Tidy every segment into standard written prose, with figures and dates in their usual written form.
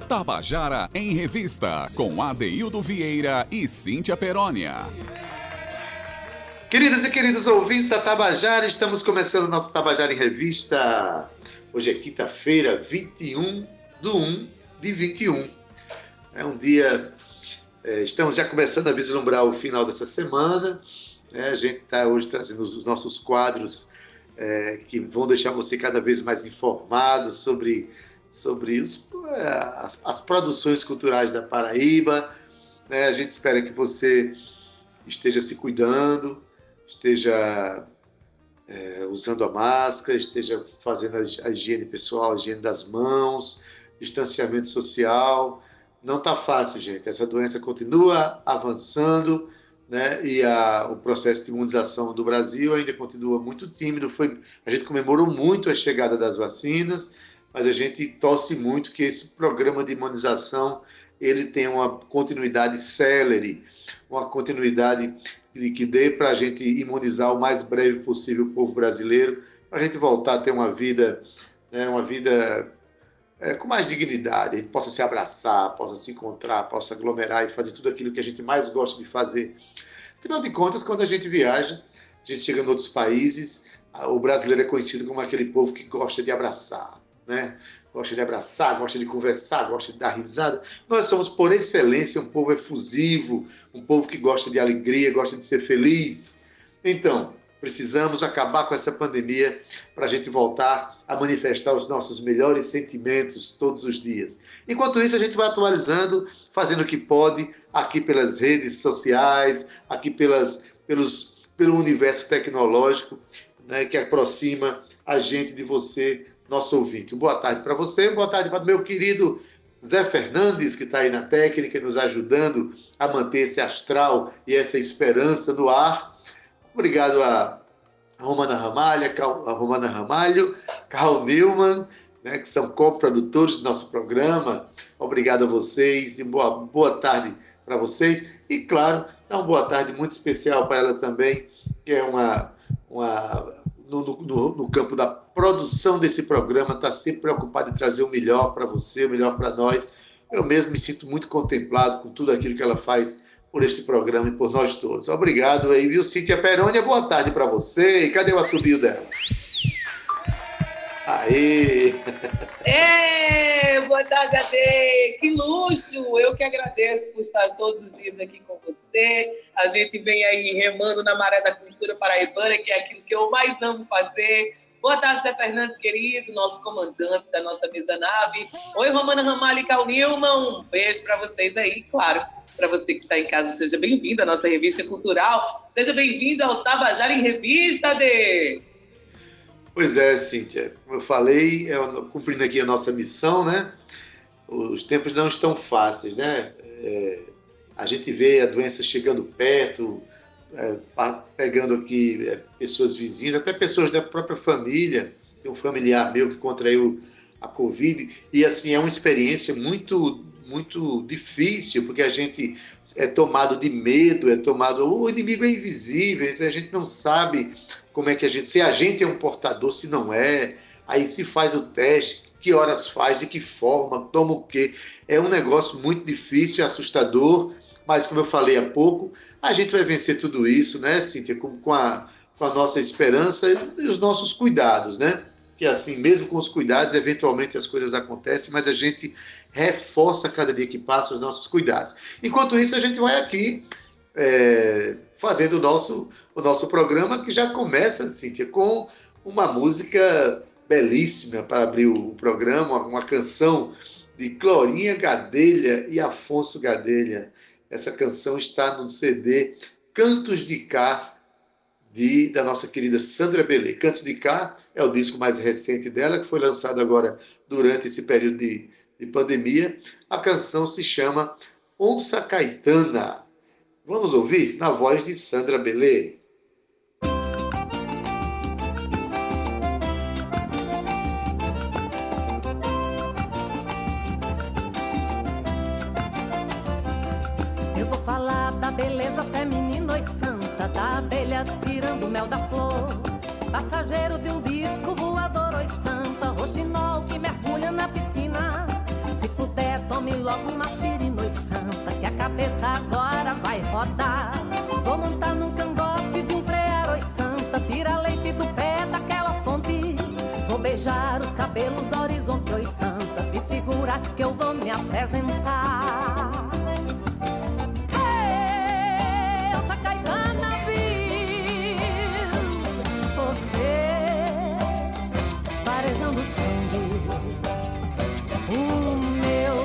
Tabajara em Revista, com Adeildo Vieira e Cíntia Perônia. Queridos e queridos ouvintes da Tabajara, estamos começando o nosso Tabajara em Revista. Hoje é quinta-feira, 21/1/21. É um dia... estamos já começando a vislumbrar o final dessa semana. A gente está hoje trazendo os nossos quadros que vão deixar você cada vez mais informado sobre as produções culturais da Paraíba. A gente espera que você esteja se cuidando, esteja usando a máscara, esteja fazendo a higiene pessoal, a higiene das mãos, distanciamento social. Não está fácil, gente. Essa doença continua avançando, né? E o processo de imunização do Brasil ainda continua muito tímido. A gente comemorou muito a chegada das vacinas, mas a gente torce muito que esse programa de imunização ele tenha uma continuidade célere, uma continuidade que dê para a gente imunizar o mais breve possível o povo brasileiro, para a gente voltar a ter uma vida, com mais dignidade, a gente possa se abraçar, possa se encontrar, possa aglomerar e fazer tudo aquilo que a gente mais gosta de fazer. Afinal de contas, quando a gente viaja, a gente chega em outros países, o brasileiro é conhecido como aquele povo que gosta de abraçar, né? Gosta de abraçar, gosta de conversar, gosta de dar risada. Nós somos, por excelência, um povo efusivo, um povo que gosta de alegria, gosta de ser feliz. Então, precisamos acabar com essa pandemia para a gente voltar a manifestar os nossos melhores sentimentos todos os dias. Enquanto isso, a gente vai atualizando, fazendo o que pode, aqui pelas redes sociais, aqui pelo universo tecnológico, né, que aproxima a gente de você, nosso ouvinte. Boa tarde para você, boa tarde para o meu querido Zé Fernandes, que está aí na técnica, nos ajudando a manter esse astral e essa esperança no ar. Obrigado a Romana Ramalho, Carl Newman, né, que são co-produtores do nosso programa. Obrigado a vocês e boa tarde para vocês. E, claro, uma boa tarde muito especial para ela também, que é no campo da produção desse programa, está sempre preocupada em trazer o melhor para você, o melhor para nós. Eu mesmo me sinto muito contemplado com tudo aquilo que ela faz por este programa e por nós todos. Obrigado aí, viu, Cíntia Perônia? Boa tarde para você. E cadê o assobio dela? Aê! Boa tarde, Ade! Que luxo! Eu que agradeço por estar todos os dias aqui com você. A gente vem aí remando na maré da cultura paraibana, que é aquilo que eu mais amo fazer. Boa tarde, Zé Fernandes, querido, nosso comandante da nossa mesa-nave. Oi, Romana Ramalho e Carl Newman. Um beijo para vocês aí, claro. Para você que está em casa, seja bem-vindo à nossa revista cultural. Seja bem-vindo ao Tabajara em Revista, Ade! Pois é, Cíntia. Como eu falei, cumprindo aqui a nossa missão, né? Os tempos não estão fáceis, né? A gente vê a doença chegando perto, pegando aqui pessoas vizinhas, até pessoas da própria família. Tem um familiar meu que contraiu a Covid. E, assim, é uma experiência muito difícil, porque a gente é tomado de medo, o inimigo é invisível, então a gente não sabe como é que se a gente é um portador, se não é, aí se faz o teste, que horas faz, de que forma, toma o quê. É um negócio muito difícil, assustador, mas como eu falei há pouco, a gente vai vencer tudo isso, né, Cíntia, com a nossa esperança e os nossos cuidados, né? Que assim, mesmo com os cuidados, eventualmente as coisas acontecem, mas a gente reforça cada dia que passa os nossos cuidados. Enquanto isso, a gente vai aqui fazendo o nosso programa, que já começa, Cíntia, com uma música belíssima para abrir o programa, uma canção de Clorinha Gadelha e Afonso Gadelha. Essa canção está no CD Cantos de Cá, da nossa querida Sandra Belê. Cantos de Cá é o disco mais recente dela, que foi lançado agora durante esse período de pandemia. A canção se chama Onça Caetana. Vamos ouvir na voz de Sandra Belê. Eu vou falar da beleza feminina e santa, da abelha tirando o mel da flor, passageiro de um disco voador, oi santa, roxinol que mergulha na piscina, Se puder, tome logo uma aspirina, oi santa, que a cabeça agora vai rodar. Vou montar num cangote de um preá, oi santa, tira leite do pé daquela fonte. Vou beijar os cabelos do horizonte, oi santa, te segura que eu vou me apresentar. Ei, Elsa Caetana, viu você farejando sangue, o meu.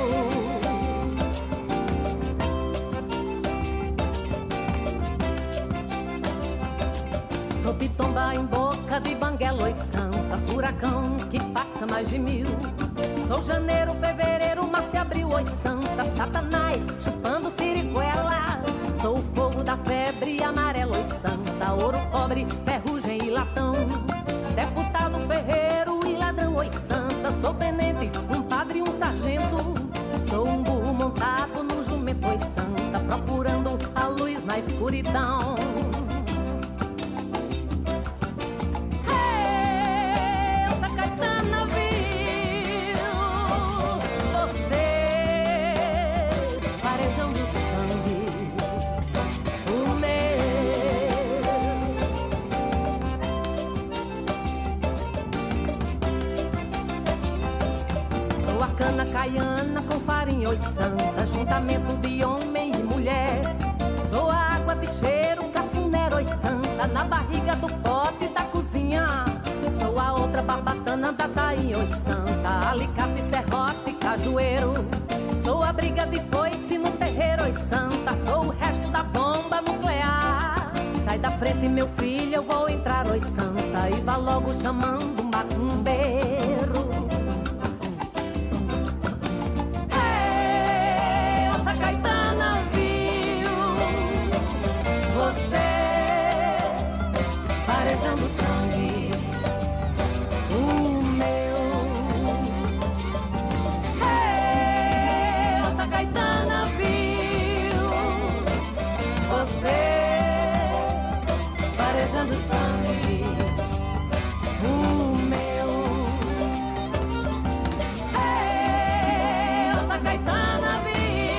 Sou pitomba em boca de banguela, oi santa, furacão que passa mais de 1000. Sou janeiro, fevereiro, março e abril, oi santa, satanás chupando siriguela. Sou o fogo da febre amarela, oi santa, ouro, cobre, ferrugem e latão. Deputado, ferreiro e ladrão, oi santa, sou tenente, um padre e um sargento. Sou um burro montado num jumento, oi santa, procurando a luz na escuridão. Cana caiana com farinha, oi santa, juntamento de homem e mulher. Sou a água de cheiro, cafuné, oi santa, na barriga do pote da cozinha. Sou a outra barbatana da tainha, oi santa, alicate, serrote, cajueiro. Sou a briga de foice no terreiro, oi santa, sou o resto da bomba nuclear. Sai da frente, meu filho, eu vou entrar, oi santa, e vá logo chamando um macumbeiro. Caetana, viu você farejando sangue, o meu. Hey, Elsa Caetana, viu você farejando sangue, o meu. Hey, Elsa Caetana, viu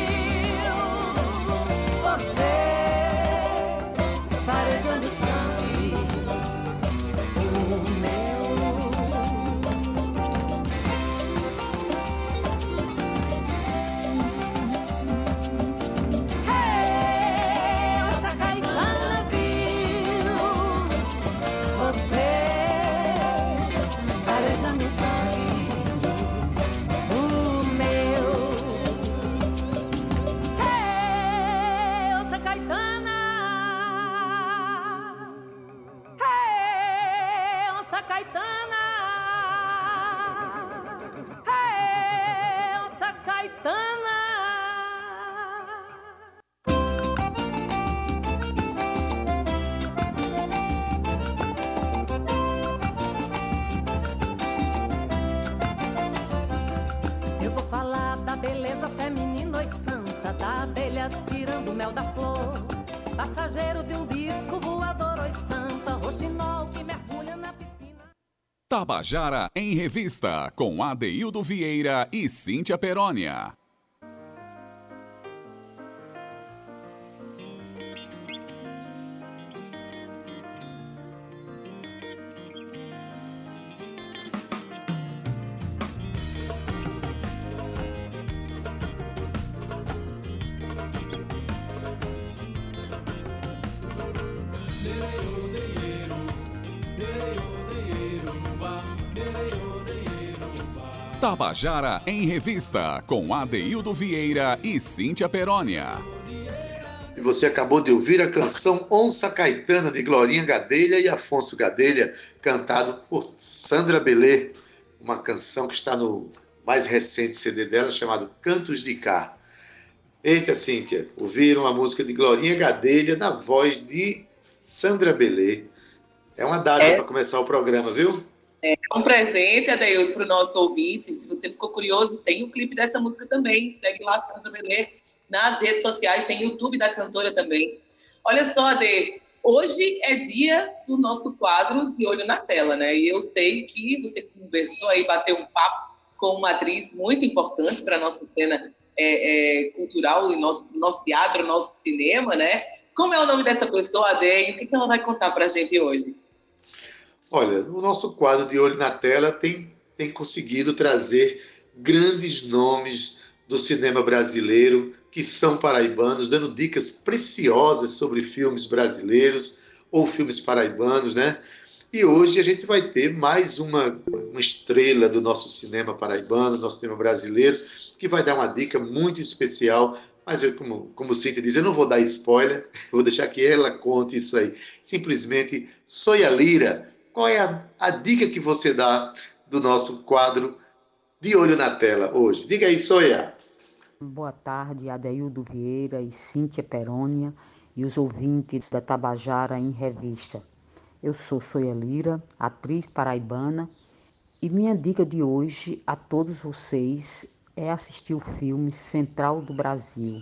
farejando sangue, o meu. Hey, Elsa Caetana, viu você farejando sangue, o meu. Hey, Elsa Caetana, Caetana, Elsa Caetana. Eu vou falar da beleza feminina, oi santa, da abelha tirando o mel da flor, passageiro de um disco voador, oi santa, roxinol que mergulha na piscina. Tabajara em Revista, com Adeildo Vieira e Cíntia Perônia. Tabajara em Revista, com Adeildo Vieira e Cíntia Perônia. E você acabou de ouvir a canção Onça Caetana, de Glorinha Gadelha e Afonso Gadelha, cantado por Sandra Belê, uma canção que está no mais recente CD dela, chamado Cantos de Cá. Eita, Cíntia, ouviram a música de Glorinha Gadelha na voz de Sandra Belê. É uma data para começar o programa, viu? É um presente, Adeildo, para o nosso ouvinte. Se você ficou curioso, tem um clipe dessa música também. Segue lá, Sandra Belê, nas redes sociais. Tem YouTube da cantora também. Olha só, Ade, hoje é dia do nosso quadro De Olho na Tela, né? E eu sei que você conversou aí, bateu um papo com uma atriz muito importante para a nossa cena cultural, e nosso teatro, nosso cinema, né? Como é o nome dessa pessoa, Ade, e o que ela vai contar para a gente hoje? Olha, o nosso quadro de Olho na Tela tem conseguido trazer grandes nomes do cinema brasileiro que são paraibanos, dando dicas preciosas sobre filmes brasileiros ou filmes paraibanos, né? E hoje a gente vai ter mais uma estrela do nosso cinema paraibano, do nosso cinema brasileiro, que vai dar uma dica muito especial. Mas, como Cíntia diz, eu não vou dar spoiler, vou deixar que ela conte isso aí. Simplesmente, Soia Lira, qual é a dica que você dá do nosso quadro de Olho na Tela hoje? Diga aí, Soia. Boa tarde, Adeildo Vieira e Cíntia Perônia e os ouvintes da Tabajara em Revista. Eu sou Soia Lira, atriz paraibana, e minha dica de hoje a todos vocês é assistir o filme Central do Brasil,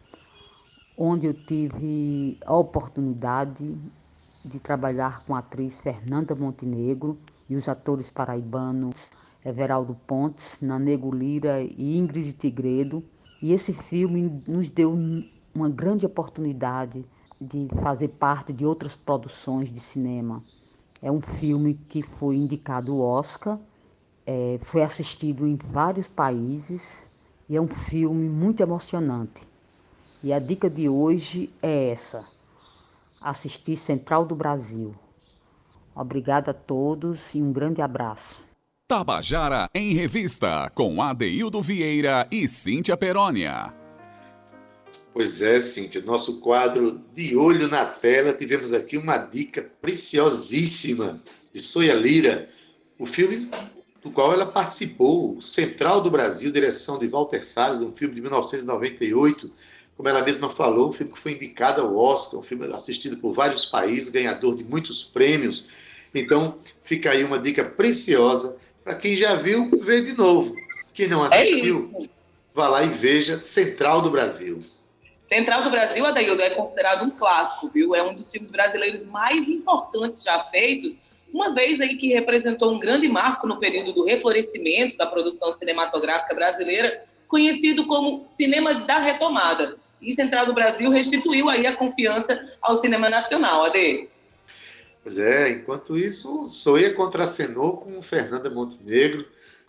onde eu tive a oportunidade de trabalhar com a atriz Fernanda Montenegro e os atores paraibanos Everaldo Pontes, Nanego Lira e Ingrid Tigredo. E esse filme nos deu uma grande oportunidade de fazer parte de outras produções de cinema. É um filme que foi indicado ao Oscar, foi assistido em vários países e é um filme muito emocionante. E a dica de hoje é essa: assistir Central do Brasil. Obrigada a todos e um grande abraço. Tabajara em Revista, com Adeildo Vieira e Cíntia Perônia. Pois é, Cíntia, nosso quadro de Olho na Tela, tivemos aqui uma dica preciosíssima de Soia Lira, o filme do qual ela participou, Central do Brasil, direção de Walter Salles, um filme de 1998, como ela mesma falou, um filme que foi indicado ao Oscar, um filme assistido por vários países, ganhador de muitos prêmios. Então, fica aí uma dica preciosa para quem já viu, ver de novo. Quem não assistiu, vá lá e veja Central do Brasil. Central do Brasil, Adeildo, é considerado um clássico, viu? É um dos filmes brasileiros mais importantes já feitos, uma vez aí que representou um grande marco no período do reflorescimento da produção cinematográfica brasileira, conhecido como Cinema da Retomada. E Central do Brasil restituiu aí a confiança ao cinema nacional, Ade. Pois é, enquanto isso, Soia contracenou com Fernanda Montenegro.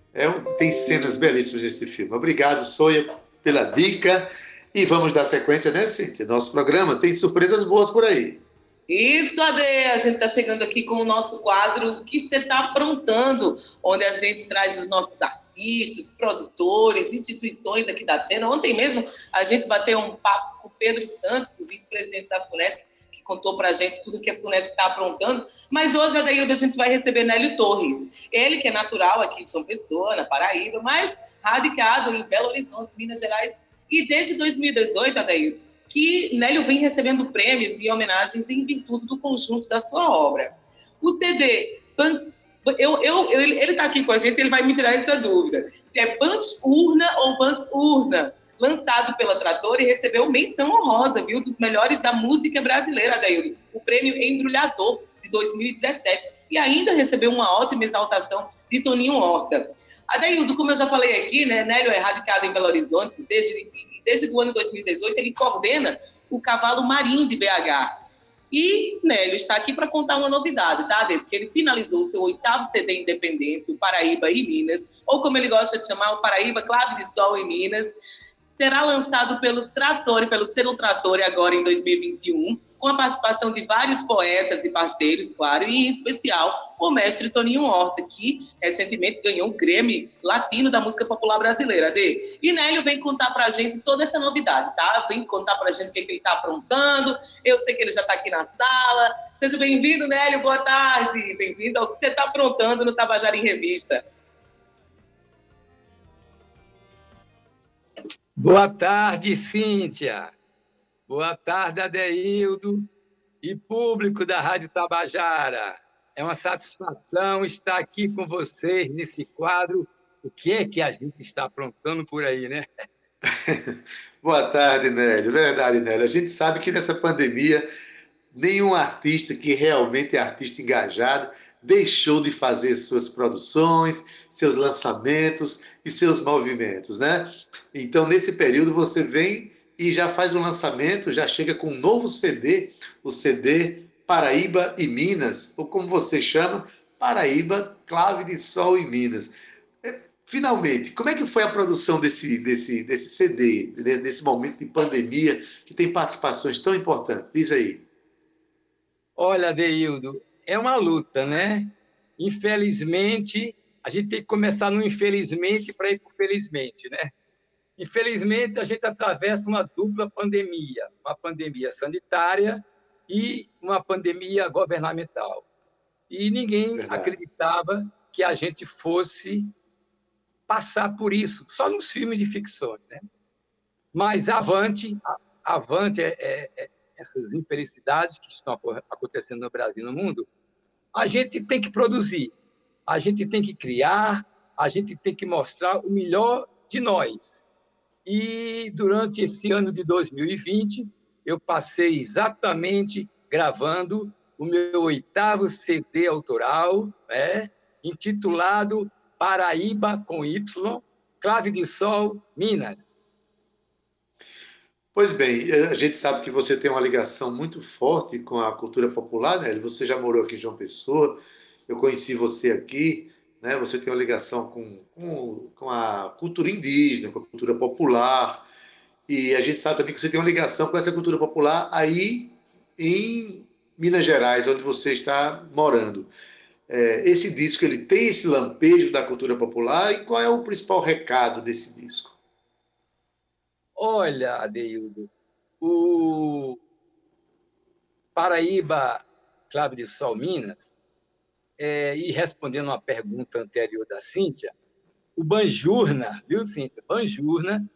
Tem cenas belíssimas nesse filme. Obrigado, Soia, pela dica. E vamos dar sequência, né, Cíntia? Nosso programa tem surpresas boas por aí. Isso, Ade, a gente está chegando aqui com o nosso quadro O que você está aprontando, onde a gente traz os nossos artistas, produtores, instituições aqui da cena. Ontem mesmo a gente bateu um papo com o Pedro Santos, o vice-presidente da FUNESC, que contou para a gente tudo que a FUNESC está aprontando. Mas hoje, Adeildo, a gente vai receber Nélio Torres. Ele que é natural aqui de João Pessoa, na Paraíba, mas radicado em Belo Horizonte, Minas Gerais. E desde 2018, Adeildo, que Nélio vem recebendo prêmios e homenagens em virtude do conjunto da sua obra. O CD Banks, ele está aqui com a gente, ele vai me tirar essa dúvida, se é Banks Urna ou Banks Urna, lançado pela Trator e recebeu menção honrosa, viu, dos melhores da música brasileira, Adeildo, o prêmio Embrulhador de 2017, e ainda recebeu uma ótima exaltação de Toninho Horta. Adeildo, como eu já falei aqui, né, Nélio é radicado em Belo Horizonte, desde o ano 2018 ele coordena o Cavalo Marinho de BH. E Nélio está aqui para contar uma novidade, tá, Adeildo? Porque ele finalizou o seu 8º CD independente, o Paraíba e Minas, ou como ele gosta de chamar, o Paraíba Clave de Sol em Minas. Será lançado pelo Trator, pelo selo Trator, agora em 2021, com a participação de vários poetas e parceiros, claro, e em especial o mestre Toninho Horta, que recentemente ganhou o Grammy Latino da Música Popular Brasileira, Adê. E Nélio vem contar pra gente toda essa novidade, tá? Vem contar pra gente o que ele tá aprontando. Eu sei que ele já tá aqui na sala. Seja bem-vindo, Nélio, boa tarde. Bem-vindo ao que você tá aprontando no Tabajara em Revista. Boa tarde, Cíntia. Boa tarde, Adeildo e público da Rádio Tabajara. É uma satisfação estar aqui com vocês nesse quadro. O que é que a gente está aprontando por aí, né? Boa tarde, Nélio. Verdade, Nélio. A gente sabe que nessa pandemia nenhum artista que realmente é artista engajado deixou de fazer suas produções, seus lançamentos e seus movimentos, né? Então, nesse período, você vem e já faz um lançamento, já chega com um novo CD, o CD Paraíba e Minas, ou como você chama, Paraíba, Clave de Sol e Minas. Finalmente, como é que foi a produção desse CD, desse momento de pandemia, que tem participações tão importantes? Diz aí. Olha, Adeildo, é uma luta, né? Infelizmente, a gente tem que começar no infelizmente para ir para o felizmente, né? Infelizmente, a gente atravessa uma dupla pandemia, uma pandemia sanitária e uma pandemia governamental. E ninguém acreditava que a gente fosse passar por isso, só nos filmes de ficção, né? Mas avante essas infelicidades que estão acontecendo no Brasil e no mundo, a gente tem que produzir, a gente tem que criar, a gente tem que mostrar o melhor de nós. E durante esse ano de 2020, eu passei exatamente gravando o meu 8º CD autoral, intitulado Paraíba com Y, Clave de Sol, Minas. Pois bem, a gente sabe que você tem uma ligação muito forte com a cultura popular, né? Você já morou aqui em João Pessoa, eu conheci você aqui, né? Você tem uma ligação com a cultura indígena, com a cultura popular, e a gente sabe também que você tem uma ligação com essa cultura popular aí em Minas Gerais, onde você está morando. Esse disco, ele tem esse lampejo da cultura popular, e qual é o principal recado desse disco? Olha, Adeildo, o Paraíba, Clave de Sol, Minas, e respondendo uma pergunta anterior da Cíntia, o Banjurna, viu, Cíntia? Banjurna,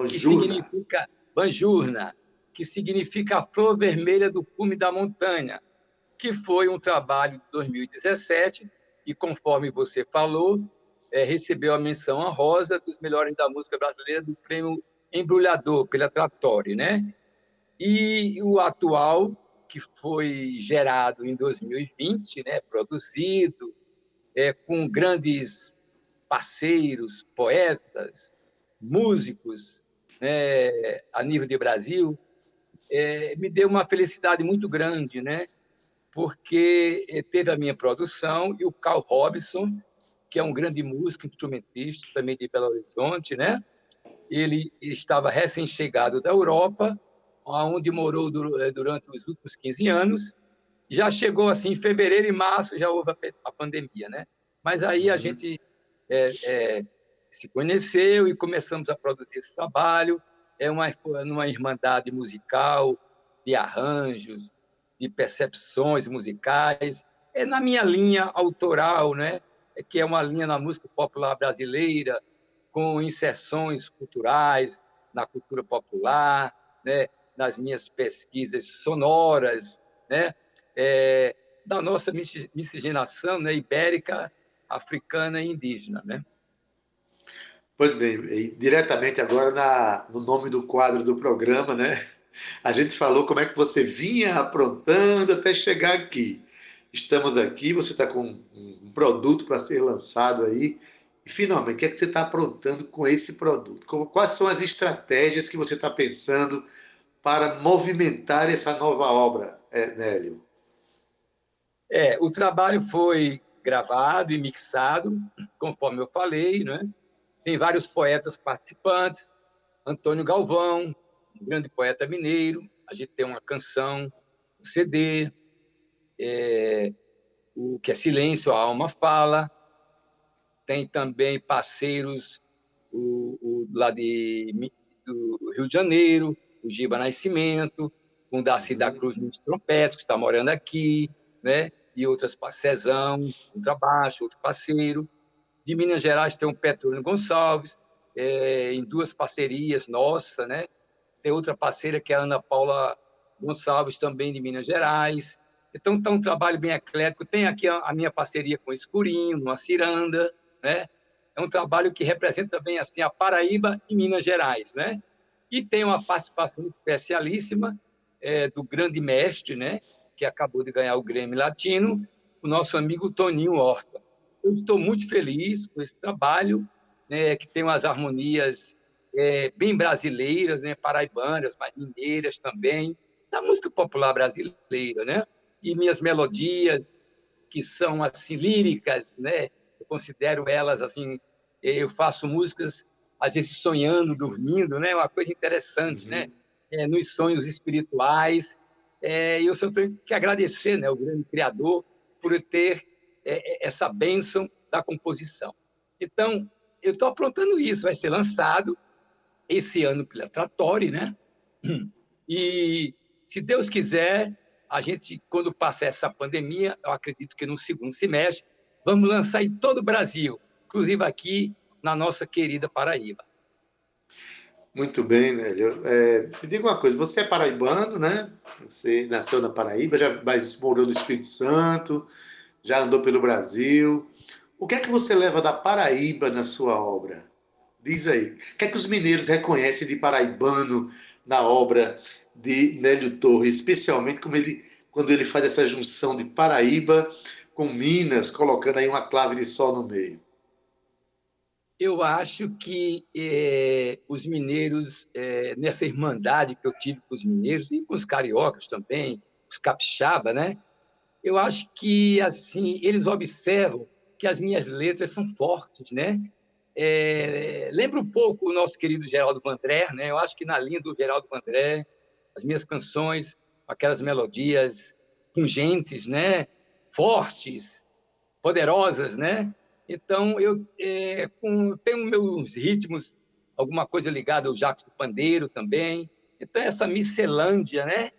que significa a flor vermelha do cume da montanha, que foi um trabalho de 2017 e, conforme você falou, recebeu a menção honrosa dos melhores da música brasileira do Prêmio Embrulhador, pela Trattori, né? E o atual, que foi gerado em 2020, né? Produzido com grandes parceiros, poetas, músicos, né? A nível de Brasil, me deu uma felicidade muito grande, né? Porque teve a minha produção e o Carl Robson, que é um grande músico, instrumentista, também de Belo Horizonte, né? Ele estava recém-chegado da Europa, onde morou durante os últimos 15 anos. Já chegou assim em fevereiro e março, já houve a pandemia, né? Mas aí a gente se conheceu e começamos a produzir esse trabalho. Numa irmandade musical, de arranjos, de percepções musicais. Na minha linha autoral, né? Que é uma linha na música popular brasileira, com inserções culturais na cultura popular, né? Nas minhas pesquisas sonoras, né? Da nossa miscigenação, né? Ibérica, africana e indígena, né? Pois bem, diretamente agora no nome do quadro do programa, né? A gente falou como é que você vinha aprontando até chegar aqui. Estamos aqui, você está com um produto para ser lançado aí. E, finalmente, o que é que você está aprontando com esse produto? Quais são as estratégias que você está pensando para movimentar essa nova obra, Nélio? O trabalho foi gravado e mixado, conforme eu falei, né? Tem vários poetas participantes, Antônio Galvão, um grande poeta mineiro, a gente tem uma canção, um CD, o que é Silêncio, a Alma Fala, tem também parceiros lá do Rio de Janeiro, o Giba Nascimento, com o Darcy da Cruz nos trompetes, que está morando aqui, né? E outras, Cezão, contrabaixo, outro parceiro. De Minas Gerais tem o Petrônio Gonçalves, em 2 parcerias nossa, né? Tem outra parceira que é a Ana Paula Gonçalves, também de Minas Gerais. Então, está um trabalho bem eclético. Tem aqui a minha parceria com o Escurinho, numa ciranda, né? É um trabalho que representa bem assim, a Paraíba e Minas Gerais, né? E tem uma participação especialíssima do grande mestre, né? que acabou de ganhar o Grammy Latino, o nosso amigo Toninho Horta. Eu estou muito feliz com esse trabalho, né, que tem umas harmonias bem brasileiras, né, paraibanas, mas mineiras também, da música popular brasileira, né? E minhas melodias, que são assim líricas, né? Eu considero elas assim, eu faço músicas às vezes sonhando, dormindo, né? Uma coisa interessante, né? Nos sonhos espirituais. E eu só tenho que agradecer, né, o grande Criador por ter essa bênção da composição. Então, eu estou aprontando isso, vai ser lançado esse ano pela Trattori, né? E, se Deus quiser, a gente, quando passar essa pandemia, eu acredito que no segundo semestre, vamos lançar em todo o Brasil, inclusive aqui na nossa querida Paraíba. Muito bem, Nélio. Me diga uma coisa, você é paraibano, né? Você nasceu na Paraíba, mas morou no Espírito Santo, já andou pelo Brasil. O que é que você leva da Paraíba na sua obra? Diz aí. O que é que os mineiros reconhecem de paraibano na obra de Nélio Torres, especialmente quando ele faz essa junção de Paraíba com Minas, colocando aí uma clave de sol no meio? Eu acho que os mineiros, nessa irmandade que eu tive com os mineiros e com os cariocas também, os capixaba, né? Eu acho que assim eles observam que as minhas letras são fortes, né? Lembra um pouco o nosso querido Geraldo Vandré, né? Eu acho que na linha do Geraldo Vandré, as minhas canções, aquelas melodias pungentes, né? Fortes, poderosas, né? Então, eu tenho meus ritmos, alguma coisa ligada ao Jacques do Pandeiro também. Então, essa miscelândia, né?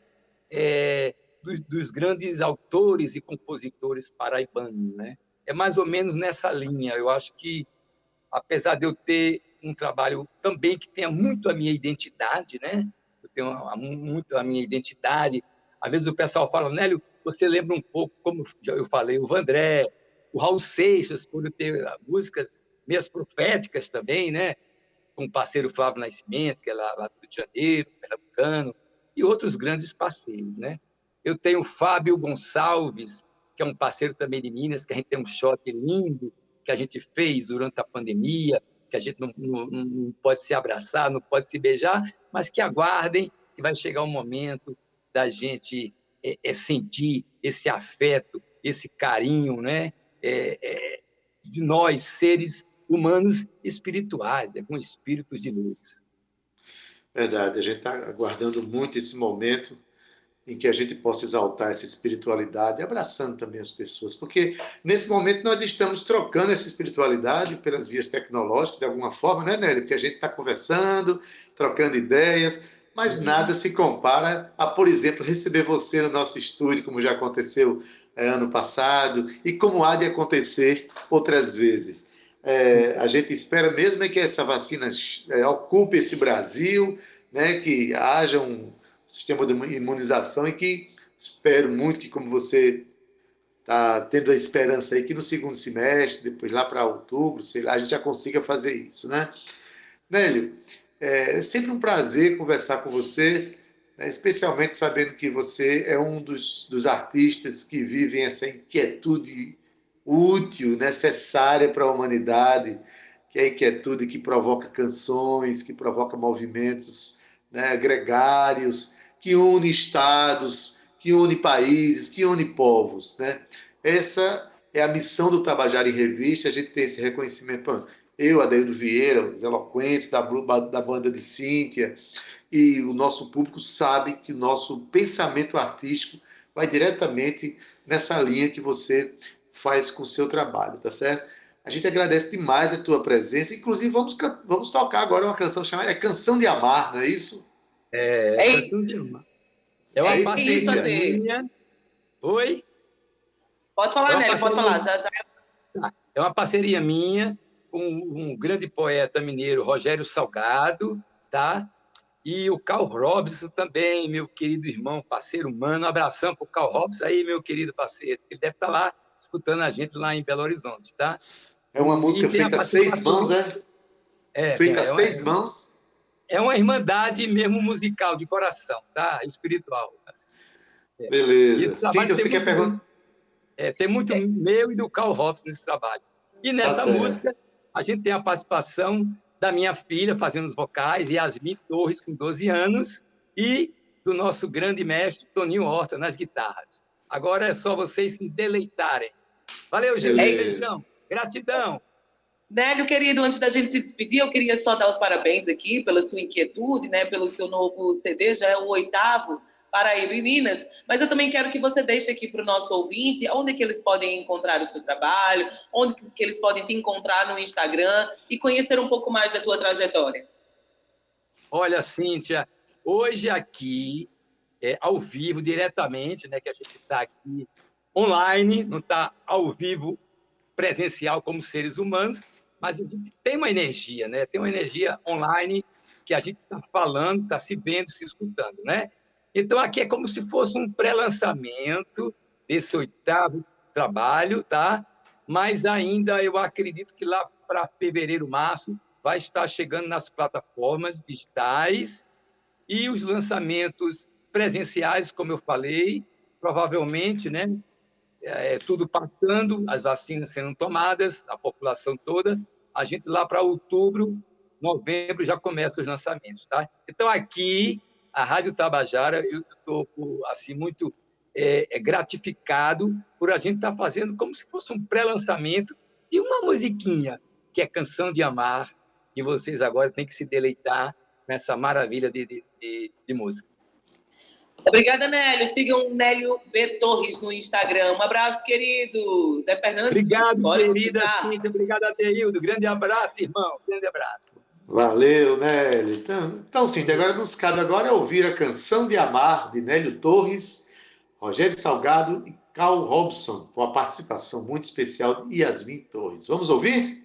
Dos grandes autores e compositores paraibanos, né? É mais ou menos nessa linha. Eu acho que, apesar de eu ter um trabalho também que tenha muito a minha identidade, né? Eu tenho muito a minha identidade. Às vezes o pessoal fala, Nélio, você lembra um pouco, como eu falei, o Vandré, o Raul Seixas, por ter músicas meias proféticas também, né? Com o parceiro Flávio Nascimento, que é lá do Rio de Janeiro, pernambucano, e outros grandes parceiros, né? Eu tenho o Fábio Gonçalves, que é um parceiro também de Minas, que a gente tem um shot lindo, que a gente fez durante a pandemia, que a gente não pode se abraçar, não pode se beijar, mas que aguardem que vai chegar o momento da gente sentir esse afeto, esse carinho, né? De nós, seres humanos espirituais, com espíritos de luz. Verdade, a gente está aguardando muito esse momento em que a gente possa exaltar essa espiritualidade, abraçando também as pessoas, porque nesse momento nós estamos trocando essa espiritualidade pelas vias tecnológicas, de alguma forma, né, Nélio? Porque a gente está conversando, trocando ideias, mas nada se compara a, por exemplo, receber você no nosso estúdio, como já aconteceu ano passado, e como há de acontecer outras vezes. A gente espera mesmo que essa vacina ocupe esse Brasil, né, que haja um sistema de imunização e que espero muito que, como você está tendo a esperança aí, que no segundo semestre, depois lá para outubro, sei lá, a gente já consiga fazer isso, né? Nélio, é sempre um prazer conversar com você, né, especialmente sabendo que você é um dos artistas que vivem essa inquietude útil, necessária para a humanidade, que é a inquietude que provoca canções, que provoca movimentos, né, gregários, que une estados, que une países, que une povos, né? Essa é a missão do Tabajara em Revista, a gente tem esse reconhecimento. Eu, Adeildo Vieira, os eloquentes da banda de Cíntia, e o nosso público sabe que o nosso pensamento artístico vai diretamente nessa linha que você faz com o seu trabalho, tá certo? A gente agradece demais a tua presença, inclusive vamos tocar agora uma canção chamada Canção de Amar, não é isso? Canção de Amar. É uma parceria minha. Oi? Pode falar, Nélio, pode falar. Já. É uma parceria minha com um grande poeta mineiro, Rogério Salgado, tá? E o Carl Robson também, meu querido irmão, parceiro humano. Um abração para o Carl Robson aí, meu querido parceiro. Ele deve estar lá escutando a gente lá em Belo Horizonte, tá? É uma música feita a 6 mãos, né? Feita a 6 mãos. É uma irmandade mesmo musical, de coração, tá? Espiritual. Assim. Beleza. Cíntia, você quer perguntar? Tem muito meu e do Carl Robson nesse trabalho. E nessa música, a gente tem a participação da minha filha fazendo os vocais, Yasmin Torres, com 12 anos, e do nosso grande mestre, Toninho Horta, nas guitarras. Agora é só vocês se deleitarem. Valeu, gente. Beijão. Gratidão. Nélio, querido, antes da gente se despedir, eu queria só dar os parabéns aqui pela sua inquietude, né, pelo seu novo CD, já é o 8º, Paraíba e Minas, mas eu também quero que você deixe aqui para o nosso ouvinte onde que eles podem encontrar o seu trabalho, onde que eles podem te encontrar no Instagram e conhecer um pouco mais da tua trajetória. Olha, Cíntia, hoje aqui, ao vivo, diretamente, né, que a gente está aqui online, não está ao vivo presencial como seres humanos, mas a gente tem uma energia, né? Tem uma energia online que a gente está falando, está se vendo, se escutando, né? Então, aqui é como se fosse um pré-lançamento desse 8º trabalho, tá? Mas ainda eu acredito que lá para fevereiro, março, vai estar chegando nas plataformas digitais e os lançamentos presenciais, como eu falei, provavelmente, né? Tudo passando, as vacinas sendo tomadas, a população toda, a gente lá para outubro, novembro, já começa os lançamentos, tá? Então, aqui, a Rádio Tabajara, eu estou assim, muito gratificado por a gente estar fazendo como se fosse um pré-lançamento de uma musiquinha, que é Canção de Amar, e vocês agora têm que se deleitar nessa maravilha de música. Obrigada, Nélio. Sigam Nélio B. Torres no Instagram. Um abraço, querido. Zé Fernandes. Obrigado, querida Cíntia. Obrigado, Adeildo. Grande abraço, irmão. Grande abraço. Valeu, Nélio. Então, Cíntia, agora nos cabe ouvir a Canção de Amar, de Nélio Torres, Rogério Salgado e Carl Robson, com a participação muito especial de Yasmin Torres. Vamos ouvir?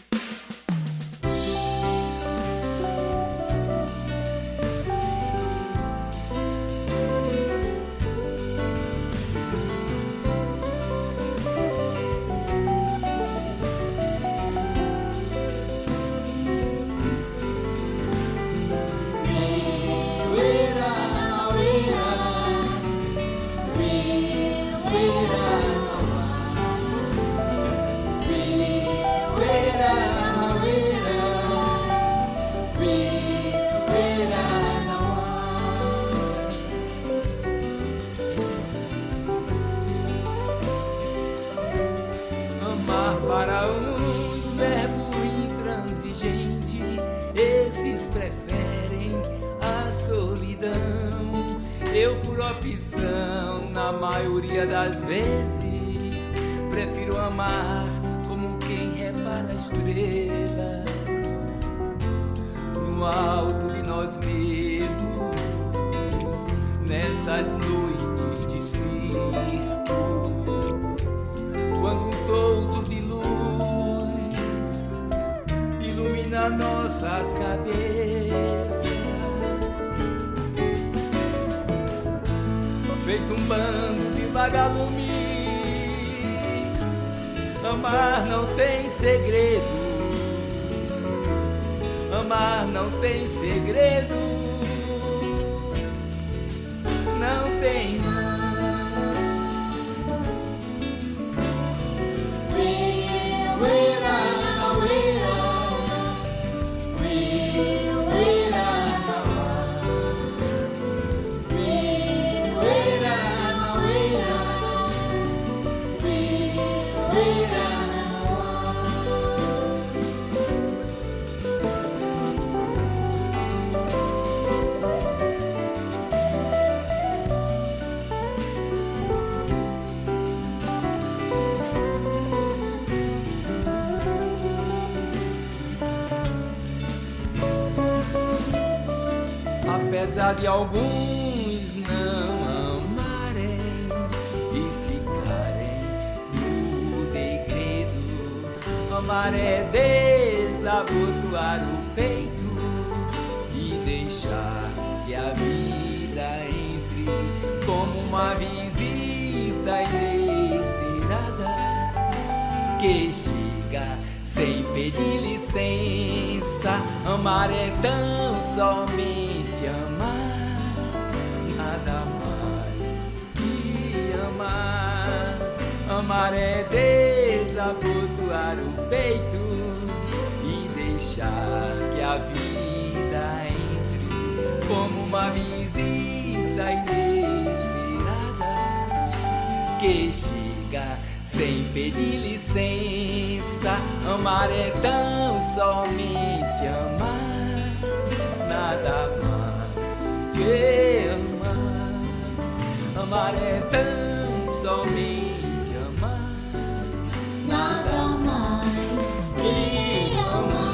Para uns, verbo intransigente, esses preferem a solidão. Eu, por opção, na maioria das vezes, prefiro amar como quem repara estrelas no alto de nós mesmos, nessas noites de circo, quando um toldo de luz ilumina nossas cabeças, feito um bando de vagalumes. Amar não tem segredo, amar não tem segredo, não tem não. Apesar de alguns não amarem e ficarem no degredo, amar é desabotoar o peito e deixar que a vida entre como uma visita inesperada que chega sem pedir licença. Amar é tão somente amar, nada mais Amar é desabotoar o peito e deixar que a vida entre como uma visita inesperada que chega sem pedir licença. Amar é tão somente amar, nada mais que amar. Amar é tão somente amar, nada mais que amar.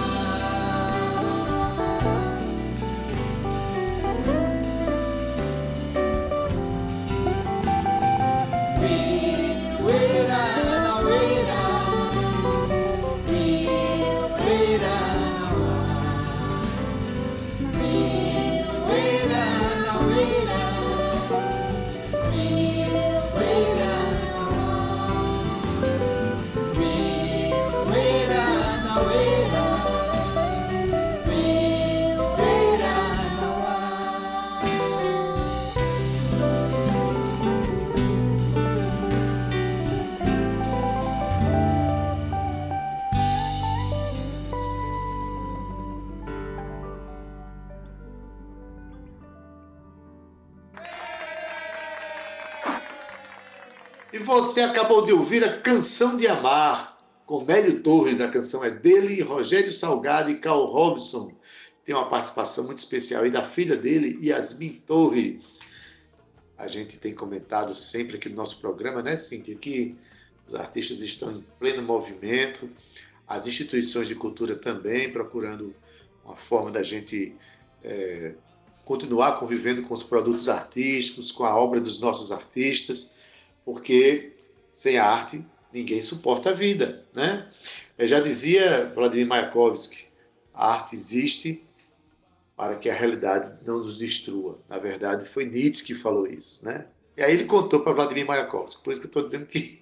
E você acabou de ouvir a Canção de Amar, com Mélio Torres. A canção é dele, Rogério Salgado e Carl Robson. Tem uma participação muito especial aí da filha dele, Yasmin Torres. A gente tem comentado sempre aqui no nosso programa, né, Cíntia, que os artistas estão em pleno movimento, as instituições de cultura também, procurando uma forma da gente continuar convivendo com os produtos artísticos, com a obra dos nossos artistas, porque sem a arte ninguém suporta a vida, né? Já dizia Vladimir Mayakovsky, a arte existe para que a realidade não nos destrua. Na verdade, foi Nietzsche que falou isso, né? E aí ele contou para Vladimir Mayakovsky, por isso que eu estou dizendo que,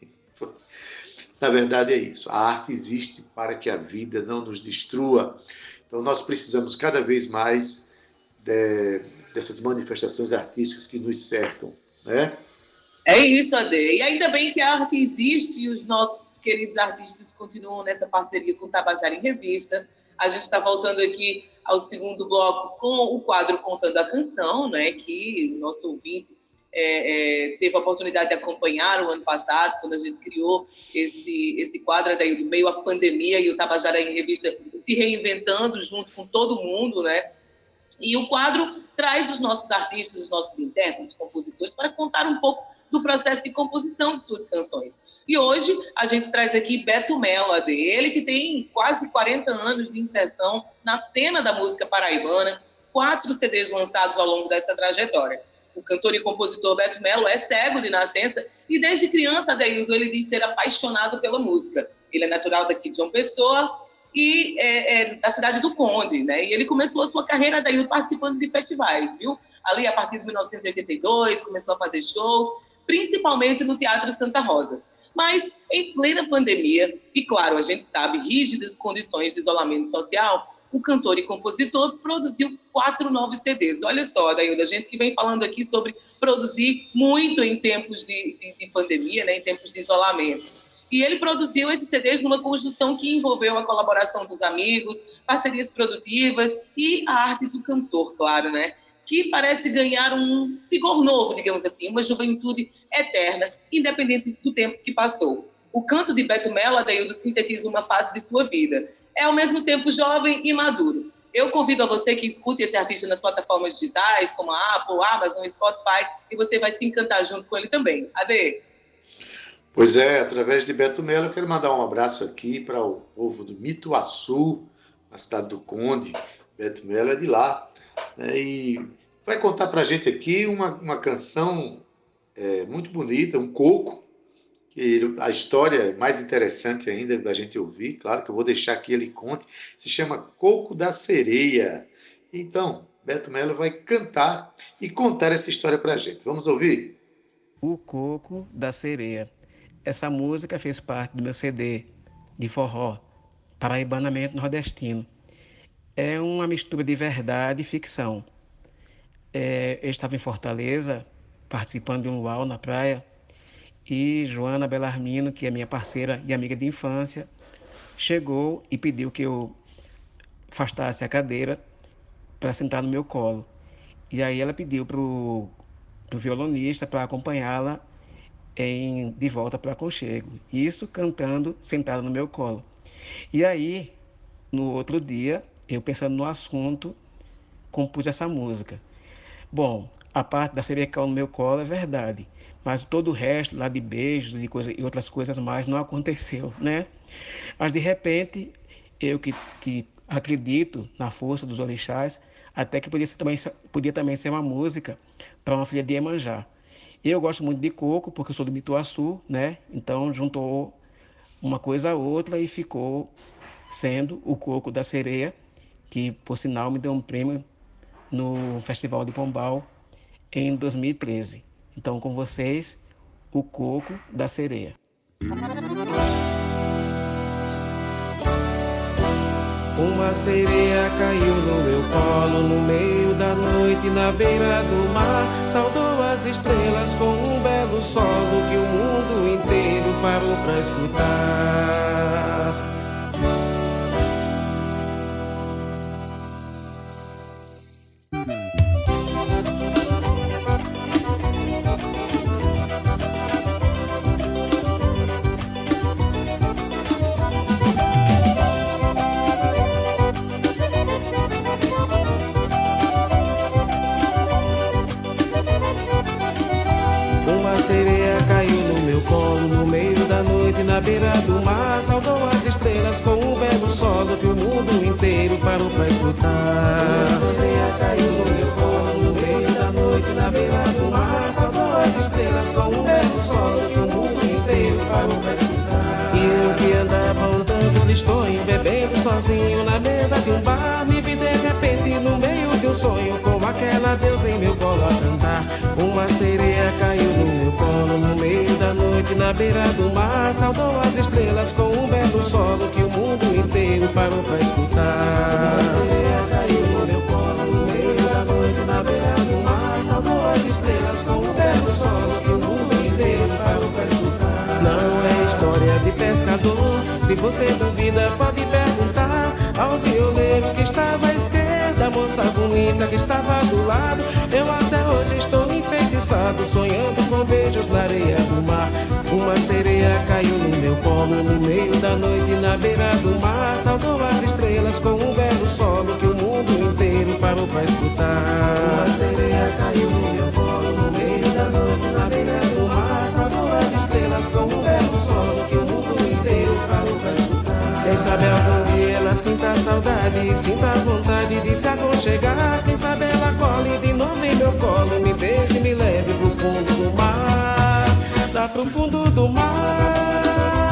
na verdade, é isso. A arte existe para que a vida não nos destrua. Então, nós precisamos cada vez mais dessas manifestações artísticas que nos cercam, né? É isso, Ade. E ainda bem que a arte existe e os nossos queridos artistas continuam nessa parceria com o Tabajara em Revista. A gente está voltando aqui ao segundo bloco com o quadro Contando a Canção, né, que nosso ouvinte teve a oportunidade de acompanhar o ano passado, quando a gente criou esse quadro daí, do meio à pandemia, e o Tabajara em Revista se reinventando junto com todo mundo, né? E o quadro traz os nossos artistas, os nossos intérpretes, compositores, para contar um pouco do processo de composição de suas canções. E hoje a gente traz aqui Beto Melo, ele que tem quase 40 anos de inserção na cena da música paraibana, 4 CDs lançados ao longo dessa trajetória. O cantor e compositor Beto Melo é cego de nascença e desde criança, Adeildo, ele diz ser apaixonado pela música. Ele é natural daqui de João Pessoa, e da cidade do Conde, né? E ele começou a sua carreira daí participando de festivais, viu? Ali, a partir de 1982, começou a fazer shows, principalmente no Teatro Santa Rosa. Mas, em plena pandemia, e claro, a gente sabe, rígidas condições de isolamento social, o cantor e compositor produziu 4 novos CDs. Olha só, Daildo, a gente que vem falando aqui sobre produzir muito em tempos de pandemia, né? Em tempos de isolamento. E ele produziu esses CDs numa construção que envolveu a colaboração dos amigos, parcerias produtivas e a arte do cantor, claro, né? Que parece ganhar um vigor novo, digamos assim, uma juventude eterna, independente do tempo que passou. O canto de Beto Melo, Adeildo, sintetiza uma fase de sua vida. É, ao mesmo tempo, jovem e maduro. Eu convido a você que escute esse artista nas plataformas digitais, como a Apple, Amazon, Spotify, e você vai se encantar junto com ele também. Ade? Pois é, através de Beto Melo, eu quero mandar um abraço aqui para o povo do Mituaçu, na cidade do Conde. Beto Melo é de lá, né? E vai contar para a gente aqui uma canção muito bonita, um coco, que a história é mais interessante ainda da gente ouvir, claro que eu vou deixar aqui ele conte, se chama Coco da Sereia. Então, Beto Melo vai cantar e contar essa história para a gente. Vamos ouvir? O Coco da Sereia. Essa música fez parte do meu CD de forró, Paraibanamente Nordestino. É uma mistura de verdade e ficção. Eu estava em Fortaleza, participando de um luau na praia, e Joana Belarmino, que é minha parceira e amiga de infância, chegou e pediu que eu afastasse a cadeira para sentar no meu colo. E aí ela pediu para o violonista para acompanhá-la de volta para Aconchego. Isso cantando, sentada no meu colo. E aí, no outro dia, eu pensando no assunto, compus essa música. Bom, a parte da sereia que caiu no meu colo é verdade, mas todo o resto, lá de beijos e outras coisas mais, não aconteceu, né? Mas, de repente, eu que acredito na força dos orixás, até que podia também ser uma música para uma filha de Iemanjá. Eu gosto muito de coco, porque eu sou do Mituaçu, né? Então, juntou uma coisa a outra e ficou sendo o Coco da Sereia, que, por sinal, me deu um prêmio no Festival de Pombal em 2013. Então, com vocês, o Coco da Sereia. Uma sereia caiu no meu colo no meio da noite na beira do mar. Saudou as estrelas com um belo solo que o mundo inteiro parou pra escutar. Na beira do mar, saudou as estrelas com um belo solo que o mundo inteiro parou pra escutar. Uma sereia caiu no meu colo no meio da noite na beira do mar, saudou as estrelas com um belo solo que o mundo inteiro parou pra escutar. E eu que andava um tanto listonho, bebendo sozinho na mesa de um bar, me vi de repente no meio de um sonho com aquela deusa em meu colo a cantar. Uma sereia caiu no meu colo no meio da noite na beira do mar, saudou as estrelas com um belo solo que o mundo inteiro parou pra escutar. Uma sereia caiu no meu colo no meio da noite na beira do mar, saudou as estrelas com um belo solo que o mundo inteiro parou pra escutar. Não é história de pescador, se você duvida pode perguntar ao violeiro que estava à esquerda, a moça bonita que estava do lado. Eu até hoje estou enfeitiçado, sonhando com beijos na areia do mar. Uma sereia caiu no meu colo no meio da noite na beira do mar, saudou as estrelas com um belo solo que o mundo inteiro parou pra escutar. Uma sereia caiu no meu colo no meio da noite na beira do mar, saudou as estrelas com um belo solo que o mundo inteiro parou pra escutar. Quem sabe algum dia ela sinta saudade e sinta vontade de se aconchegar. Quem sabe ela cole de novo em meu colo, me beije e me leve pro fundo do mar, lá pro fundo do mar.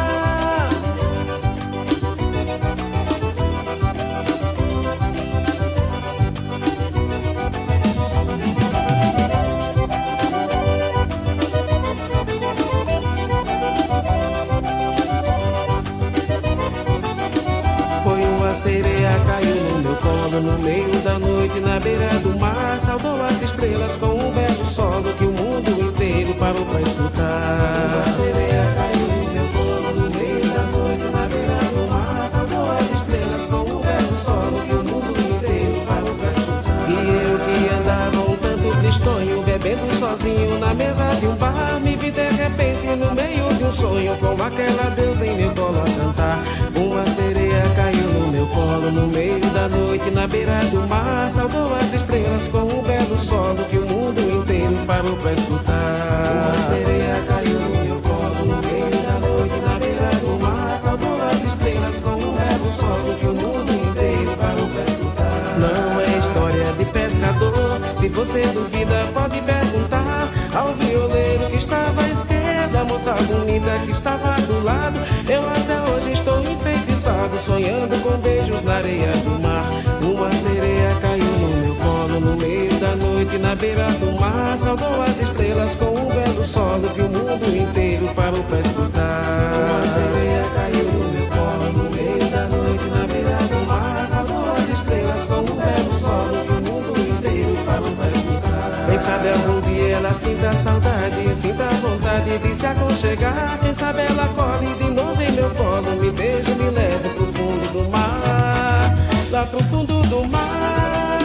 Foi uma sereia caiu no meu colo no meio da noite na beira do mar, saudou as estrelas com um belo solo que o mundo inteiro parou pra escutar. Uma sereia caiu no meu colo no meio da noite na beira do mar, saudou as estrelas com um belo solo que o mundo inteiro parou pra escutar. E eu que andava um tanto tristonho, bebendo sozinho na mesa de um bar, me vi de repente no meio de um sonho com aquela deusa em meu colo a cantar. Uma sereia caiu no meu colo no meio da noite na beira do mar, saudou as estrelas com um belo solo que o mundo inteiro parou pra escutar. Uma sereia caiu no meu colo no meio da noite na beira do mar, saudou as estrelas com um belo solo que o mundo inteiro parou pra escutar. Não é história de pescador, se você duvida pode perguntar ao violeiro que estava à esquerda, a moça bonita que estava do lado. Eu até hoje estou enfeitiçado, sonhando com beijos na areia do mar. Uma sereia caiu no meu colo no meio da noite na beira do mar, saudou as estrelas com um belo solo que o mundo inteiro parou pra escutar. Uma sereia caiu no meu colo no meio da noite na beira do mar, saudou as estrelas com um belo solo que o mundo inteiro parou pra escutar. Quem sabe algum dia ela sinta saudade, sinta vontade vontade de se aconchegar. Quem sabe ela corre de novo em meu colo, me beija e me leva pro fundo do mar, lá pro fundo do mar.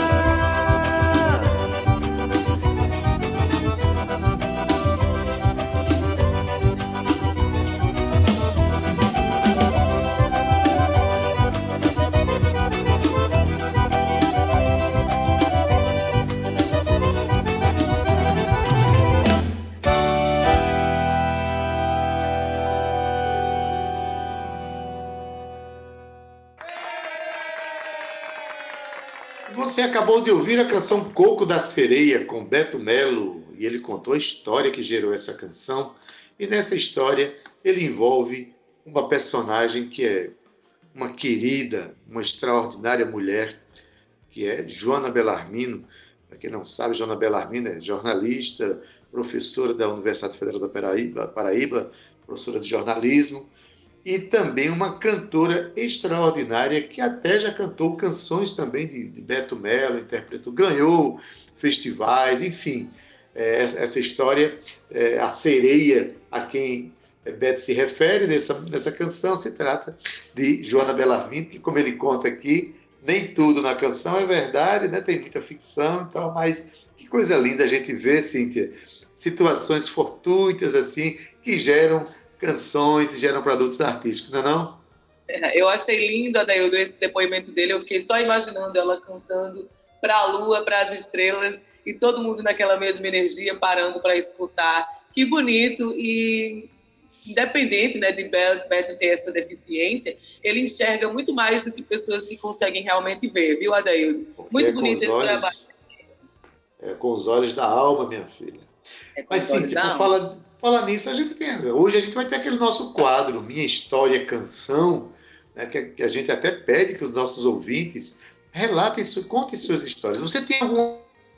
Você acabou de ouvir a canção Coco da Sereia, com Beto Melo, e ele contou a história que gerou essa canção. E nessa história ele envolve uma personagem que é uma querida, uma extraordinária mulher, que é Joana Bellarmino. Para quem não sabe, Joana Bellarmino é jornalista, professora da Universidade Federal da Paraíba, professora de jornalismo, e também uma cantora extraordinária que até já cantou canções também de Beto Melo, interpretou, ganhou festivais, enfim. Essa história, a sereia a quem Beto se refere nessa canção, se trata de Joana Bellarmino, que, como ele conta aqui, nem tudo na canção é verdade, né? Tem muita ficção e tal, mas que coisa linda a gente ver, Cíntia, situações fortuitas assim, que geram canções e geram produtos artísticos, não é não? Eu achei lindo, Adaildo, esse depoimento dele. Eu fiquei só imaginando ela cantando para a lua, para as estrelas, e todo mundo naquela mesma energia, parando para escutar. Que bonito. E independente, né, de Beto ter essa deficiência, ele enxerga muito mais do que pessoas que conseguem realmente ver, viu, Adaildo? Muito bonito esse trabalho. É com os olhos da alma, minha filha. Mas, Cíntia, Falar nisso, hoje a gente vai ter aquele nosso quadro, Minha História Canção, né, que a gente até pede que os nossos ouvintes relatem, contem suas histórias. Você tem algum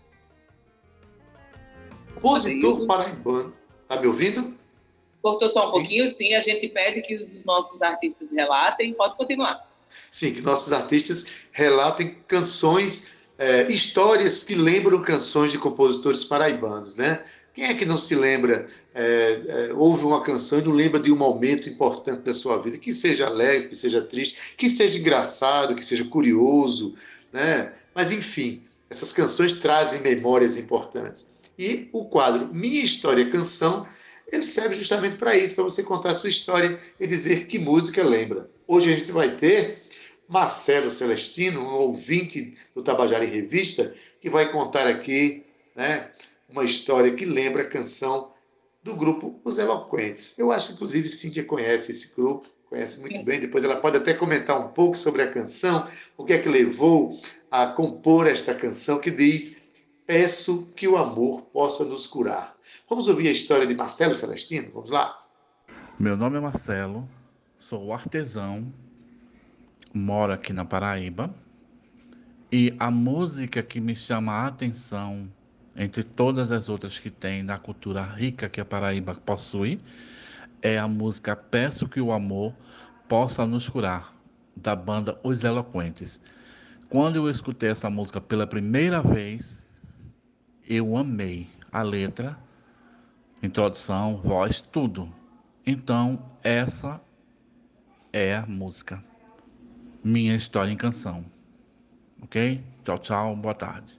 compositor paraibano? Está me ouvindo? Cortou só um pouquinho, sim. A gente pede que os nossos artistas relatem. Pode continuar. Sim, que nossos artistas relatem canções, histórias que lembram canções de compositores paraibanos, né? Quem é que não se lembra, ouve uma canção e não lembra de um momento importante da sua vida, que seja alegre, que seja triste, que seja engraçado, que seja curioso, né? Mas, enfim, essas canções trazem memórias importantes. E o quadro Minha História Canção, ele serve justamente para isso, para você contar a sua história e dizer que música lembra. Hoje a gente vai ter Marcelo Celestino, um ouvinte do Tabajara em Revista, que vai contar aqui, né, uma história que lembra a canção do grupo Os Eloquentes. Eu acho que, inclusive, Cíntia conhece esse grupo, conhece muito bem. Depois ela pode até comentar um pouco sobre a canção, o que é que levou a compor esta canção, que diz: peço que o amor possa nos curar. Vamos ouvir a história de Marcelo Celestino? Vamos lá? Meu nome é Marcelo, sou artesão, moro aqui na Paraíba, e a música que me chama a atenção, entre todas as outras que tem na cultura rica que a Paraíba possui, é a música Peço que o Amor Possa Nos Curar, da banda Os Eloquentes. Quando eu escutei essa música pela primeira vez, eu amei a letra, introdução, voz, tudo. Então, essa é a música Minha História em Canção. Ok? Tchau, tchau, boa tarde.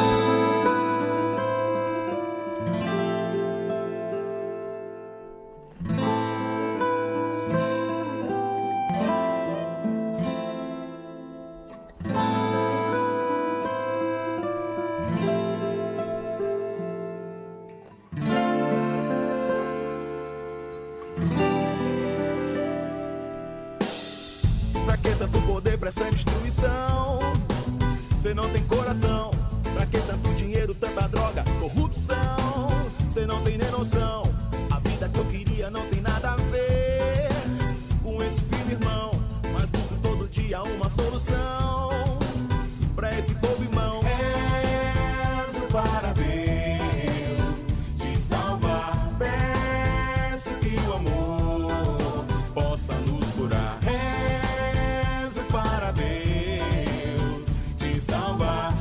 Pra que tanto poder pra essa destruição? Cê não tem coração. Pra que tanto dinheiro, tanta droga, corrupção? Cê não tem nem noção. A vida que eu queria não tem nada a ver com esse filho, irmão. Mas busco todo dia uma solução pra esse povo, irmão. Rezo para Deus te salvar. Peço que o amor possa nos curar. Rezo para Deus te salvar.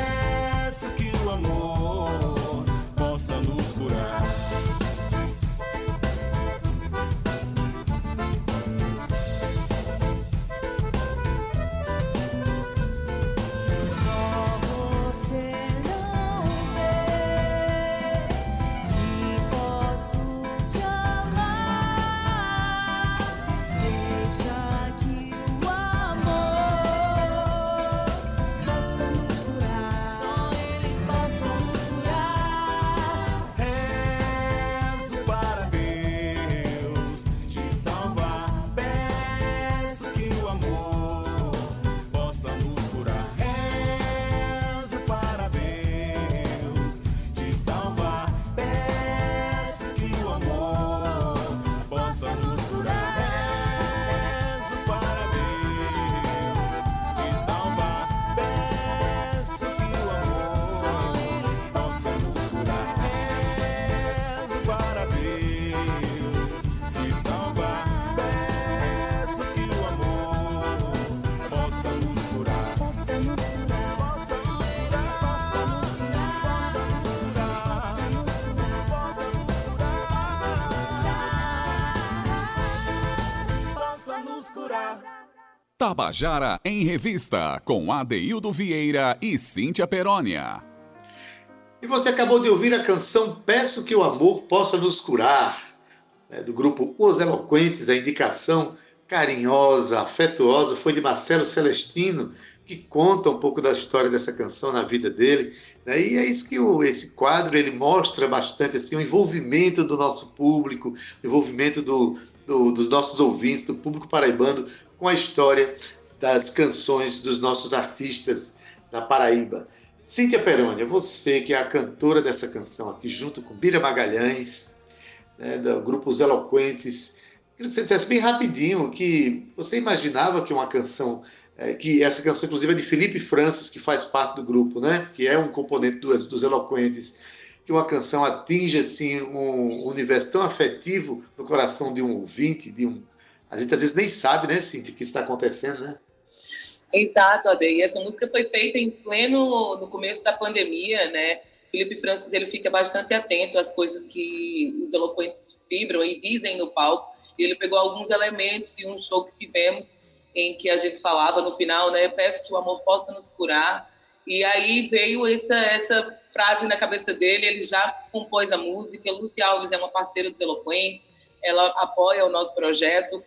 Peço que o amor possa nos curar. nos curar. Tabajara em Revista, com Adeildo Vieira e Cíntia Perônia. E você acabou de ouvir a canção Peço que o Amor Possa Nos Curar, do grupo Os Eloquentes. A indicação carinhosa, afetuosa foi de Marcelo Celestino, que conta um pouco da história dessa canção na vida dele. E é isso que esse quadro ele mostra bastante, assim, o envolvimento do nosso público, o envolvimento dos nossos ouvintes, do público paraibano, com a história das canções dos nossos artistas da Paraíba. Cíntia Perônia, você que é a cantora dessa canção aqui, junto com Bira Magalhães, do grupo Os Eloquentes, queria que você dissesse bem rapidinho que você imaginava que uma canção, que essa canção inclusive é de Felipe Francis, que faz parte do grupo, né? Que é um componente dos Eloquentes, que uma canção atinge assim, um universo tão afetivo no coração de um ouvinte, a gente às vezes nem sabe, né, Cíntia, o que está acontecendo, né? Exato, Ade. E essa música foi feita no começo da pandemia, né? Felipe Francis, ele fica bastante atento às coisas que os eloquentes vibram e dizem no palco. E ele pegou alguns elementos de um show que tivemos, em que a gente falava no final, né? Peço que o amor possa nos curar. E aí veio essa frase na cabeça dele, ele já compôs a música. Lúcia Alves é uma parceira dos Eloquentes, ela apoia o nosso projeto.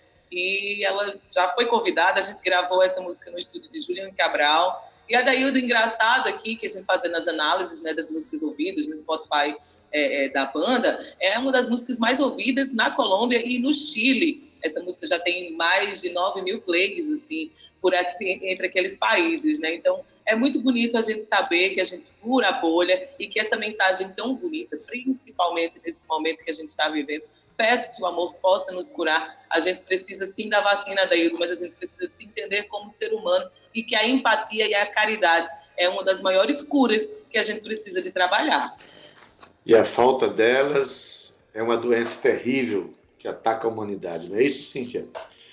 E ela já foi convidada, a gente gravou essa música no estúdio de Juliano Cabral. E a Adeildo, engraçado aqui, que a gente fazendo as análises, né, das músicas ouvidas no Spotify da banda, é uma das músicas mais ouvidas na Colômbia e no Chile. Essa música já tem mais de 9 mil plays, assim, por aqui, entre aqueles países, né? Então, é muito bonito a gente saber que a gente fura a bolha e que essa mensagem tão bonita, principalmente nesse momento que a gente está vivendo, peço que o amor possa nos curar. A gente precisa sim da vacina, Adeildo, mas a gente precisa se entender como ser humano e que a empatia e a caridade é uma das maiores curas que a gente precisa de trabalhar. E a falta delas é uma doença terrível que ataca a humanidade, não é isso, Cíntia?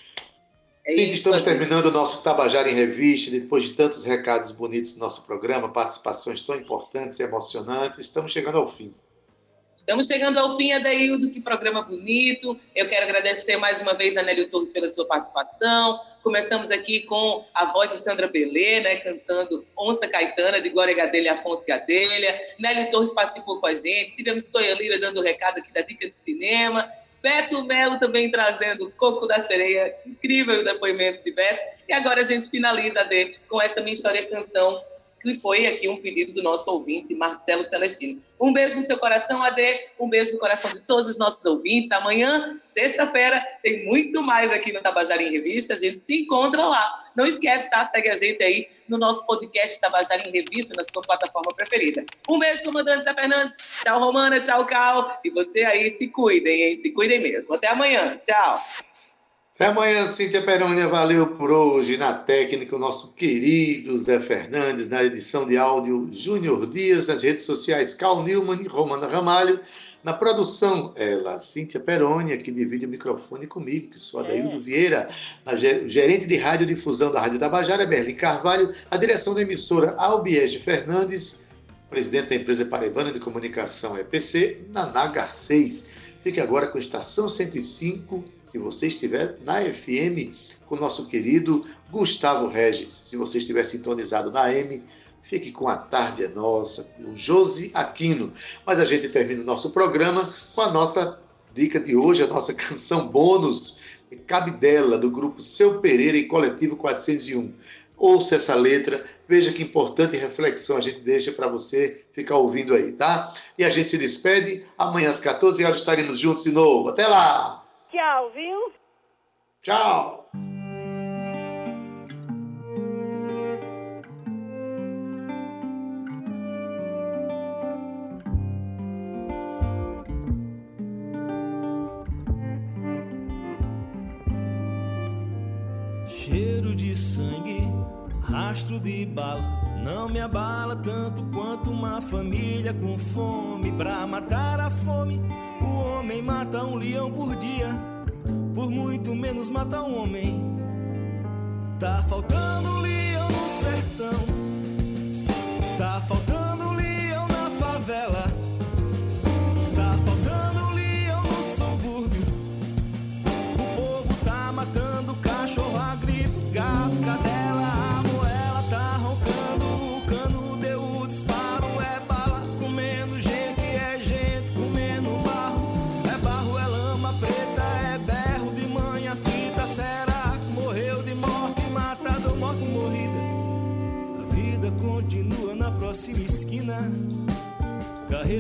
Cíntia, estamos terminando o nosso Tabajara em Revista, depois de tantos recados bonitos no nosso programa, participações tão importantes e emocionantes, estamos chegando ao fim. Estamos chegando ao fim, Adeildo, que programa bonito. Eu quero agradecer mais uma vez a Nélio Torres pela sua participação. Começamos aqui com a voz de Sandra Belê, né, cantando Onça Caetana, de Glória Gadelha e Afonso Gadelha. Nélio Torres participou com a gente. Tivemos Soia Lira dando o recado aqui da Dica de Cinema. Beto Melo também trazendo Coco da Sereia. Incrível o depoimento de Beto. E agora a gente finaliza, Ade, com essa Minha História Canção, que foi aqui um pedido do nosso ouvinte, Marcelo Celestino. Um beijo no seu coração, Ade, um beijo no coração de todos os nossos ouvintes. Amanhã, sexta-feira, tem muito mais aqui no Tabajara em Revista, a gente se encontra lá. Não esquece, tá? Segue a gente aí no nosso podcast Tabajara em Revista, na sua plataforma preferida. Um beijo, comandante Zé Fernandes. Tchau, Romana, tchau, Cal. E você aí, se cuidem, hein? Se cuidem mesmo. Até amanhã. Tchau. Até amanhã, Cíntia Perônia. Valeu por hoje. Na técnica, o nosso querido Zé Fernandes. Na edição de áudio, Júnior Dias. Nas redes sociais, Cal Newman e Romana Ramalho. Na produção, ela, Cíntia Perônia, que divide o microfone comigo, que sou Adeildo Vieira. A gerente de radiodifusão da Rádio Tabajara, Berlim Carvalho. A direção da emissora, Albiege Fernandes. Presidente da empresa paraibana de comunicação, EPC, Naná Garcês. Fique agora com a Estação 105, se você estiver na FM, com o nosso querido Gustavo Regis. Se você estiver sintonizado na AM, fique com A Tarde é Nossa, o Josi Aquino. Mas a gente termina o nosso programa com a nossa dica de hoje, a nossa canção bônus, Cabe Dela, do grupo Seu Pereira e Coletivo 401. Ouça essa letra, veja que importante reflexão a gente deixa para você ficar ouvindo aí, tá? E a gente se despede. Amanhã às 14 horas estaremos juntos de novo. Até lá! Tchau, viu? Tchau! Cheiro de sangue, rastro de bala, não me abala tanto quanto uma família com fome. Pra matar a fome, o homem mata um leão por dia, por muito menos mata um homem. Tá faltando leão no sertão, tá faltando leão na favela, tá faltando leão no subúrbio. O povo tá matando cachorro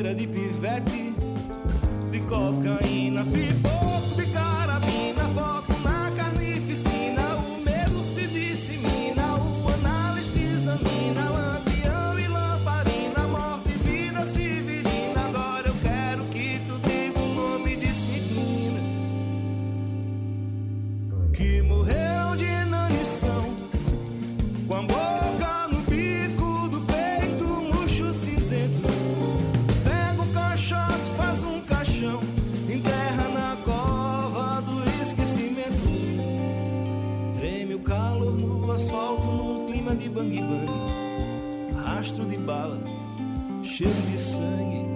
boca de pivete, de cocaína, pipoco, de carabina, foco na carnificina, o medo se dissemina, o análise examina, lampião e lamparina, morte e vida civilina. Agora eu quero que tu diga o nome disciplina, que morreu de inanição, com a boca no bico do peito, murcho cinzento. Pega um caixote, faz um caixão, enterra na cova do esquecimento. Treme o calor no asfalto num clima de bang-bang, rastro de bala, cheiro de sangue.